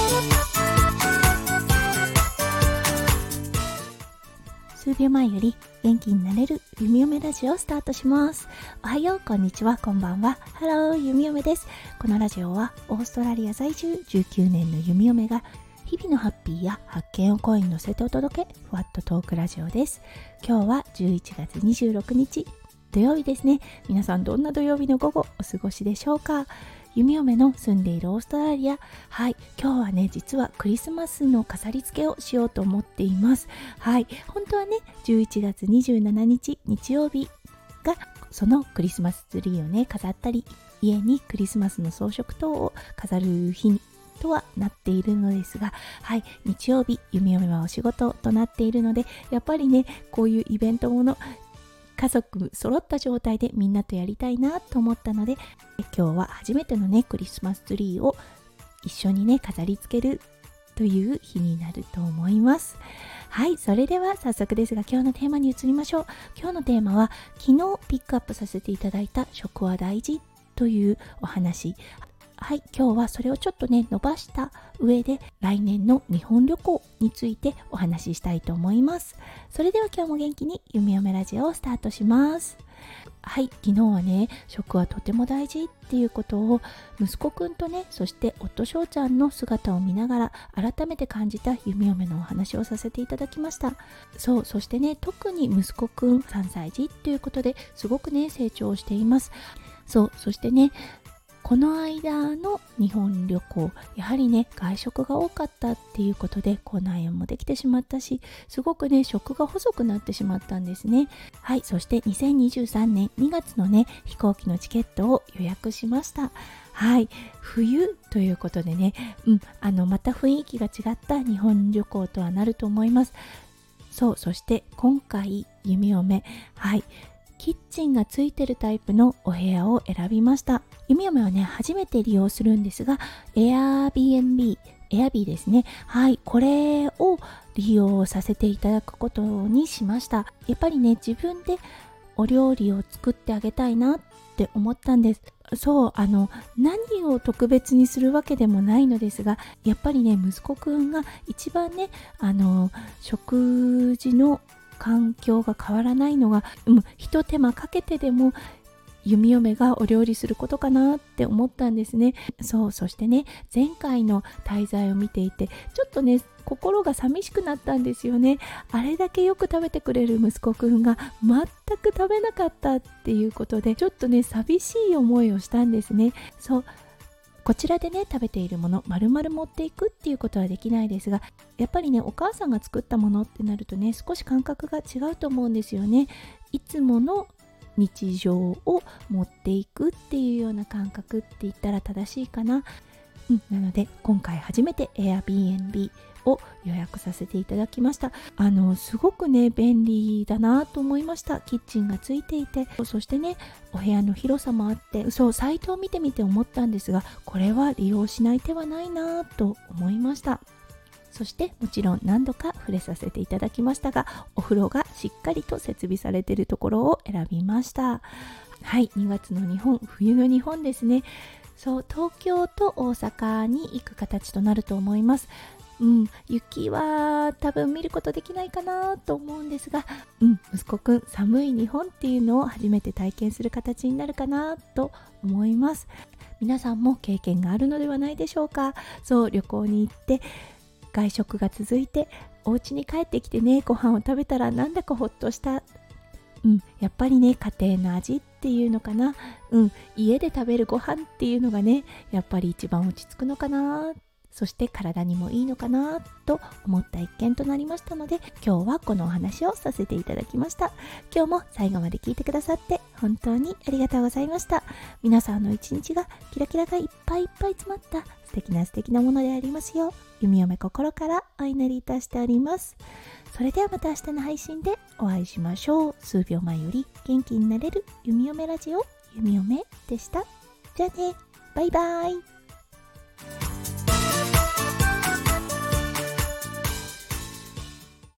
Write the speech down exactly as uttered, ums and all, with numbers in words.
数秒前より元気になれる弓嫁ラジオをスタートします。おはよう、こんにちは、こんばんは。ハロー、弓嫁です。このラジオはオーストラリア在住じゅうきゅうねんの弓嫁が日々のハッピーや発見を声に乗せてお届け、ふわっとトークラジオです。今日はじゅういちがつにじゅうろくにち土曜日ですね。皆さんどんな土曜日の午後お過ごしでしょうか。弓嫁の住んでいるオーストラリア、はい、今日はね、実はクリスマスの飾り付けをしようと思っています。はい、本当はね、じゅういちがつにじゅうしちにち日曜日がそのクリスマスツリーをね飾ったり、家にクリスマスの装飾等を飾る日にとはなっているのですが、はい、日曜日弓嫁はお仕事となっているので、やっぱりね、こういうイベントもの家族揃った状態でみんなとやりたいなと思ったので、今日は初めてのねクリスマスツリーを一緒にね飾り付けるという日になると思います。はい、それでは早速ですが今日のテーマに移りましょう。今日のテーマは昨日ピックアップさせていただいた食は大事というお話。はい、今日はそれをちょっとね伸ばした上で来年の日本旅行についてお話ししたいと思います。それでは今日も元気に弓嫁ラジオをスタートします。はい、昨日はね、食はとても大事っていうことを息子くんとね、そして夫翔ちゃんの姿を見ながら改めて感じた弓嫁のお話をさせていただきました。そう、そしてね、特に息子くんさんさい児っていうことですごくね成長しています。そう、そしてね、この間の日本旅行、やはりね外食が多かったっていうことで口内炎もできてしまったし、すごくね食が細くなってしまったんですね。はい、そしてにせんにじゅうさんねんにがつのね飛行機のチケットを予約しました。はい、冬ということでね、うん、あのまた雰囲気が違った日本旅行とはなると思います。そう、そして今回弓嫁、はい、キッチンがついてるタイプのお部屋を選びました。弓嫁はね初めて利用するんですが、 Airbnb、 Airb ですね。はい、これを利用させていただくことにしました。やっぱりね自分でお料理を作ってあげたいなって思ったんです。そう、あの何を特別にするわけでもないのですが、やっぱりね息子くんが一番ねあの食事の環境が変わらないのが、うん、一手間かけてでも弓嫁がお料理することかなって思ったんですね。そう、そしてね前回の滞在を見ていてちょっとね心が寂しくなったんですよね。あれだけよく食べてくれる息子くんが全く食べなかったっていうことで、ちょっとね寂しい思いをしたんですね。そう、こちらでね食べているもの丸々持っていくっていうことはできないですが、やっぱりねお母さんが作ったものってなるとね少し感覚が違うと思うんですよね。いつもの日常を持っていくっていうような感覚って言ったら正しいかな。うん、なので今回初めて Airbnb を予約させていただきました。あのすごくね便利だなと思いました。キッチンがついていて、そしてねお部屋の広さもあって、そうサイトを見てみて思ったんですが、これは利用しない手はないなと思いました。そしてもちろん何度か触れさせていただきましたが、お風呂がしっかりと設備されているところを選びました。はい、にがつの日本、冬の日本ですね。そう、東京と大阪に行く形となると思います。うん、雪は多分見ることできないかなと思うんですが、うん、息子くん寒い日本っていうのを初めて体験する形になるかなと思います。皆さんも経験があるのではないでしょうか。そう、旅行に行って外食が続いてお家に帰ってきてねご飯を食べたらなんだかほっとした。うん、やっぱりね家庭の味っていうのかな、うん、家で食べるご飯っていうのがねやっぱり一番落ち着くのかな、そして体にもいいのかなと思った一件となりましたので、今日はこのお話をさせていただきました。今日も最後まで聞いてくださって本当にありがとうございました。皆さんの一日がキラキラがいっぱいいっぱい詰まった素敵な素敵なものでありますよう、弓嫁心からお祈りいたしております。それではまた明日の配信でお会いしましょう。数秒前より元気になれる弓嫁ラジオ、弓嫁でした。じゃあね、バイバイ。